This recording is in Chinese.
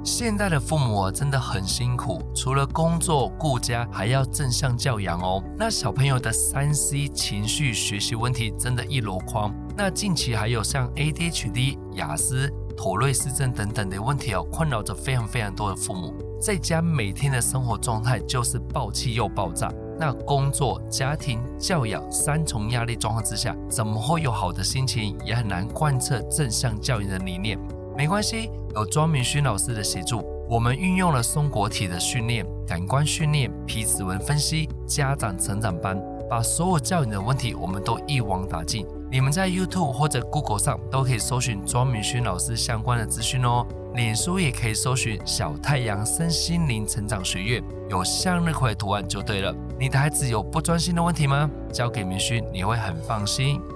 现代的父母真的很辛苦，除了工作顾家，还要正向教养哦。那小朋友的3C 情绪学习问题真的一箩筐。那近期还有像 ADHD、雅思、妥瑞氏症等等的问题困扰着非常多的父母。在家每天的生活状态就是爆气又爆炸。那工作、家庭、教养3重压力状况之下，怎么会有好的心情？也很难贯彻正向教育的理念。没关系，有庄明勋老师的协助，我们运用了松果体的训练、感官训练、皮质纹分析、家长成长班，把所有教育的问题我们都一网打尽。你们在 YouTube 或者 Google 上都可以搜寻庄明勋老师相关的资讯哦。脸书也可以搜寻小太阳身心灵成长学院，有向日葵图案就对了。你的孩子有不专心的问题吗？交给明勋你会很放心。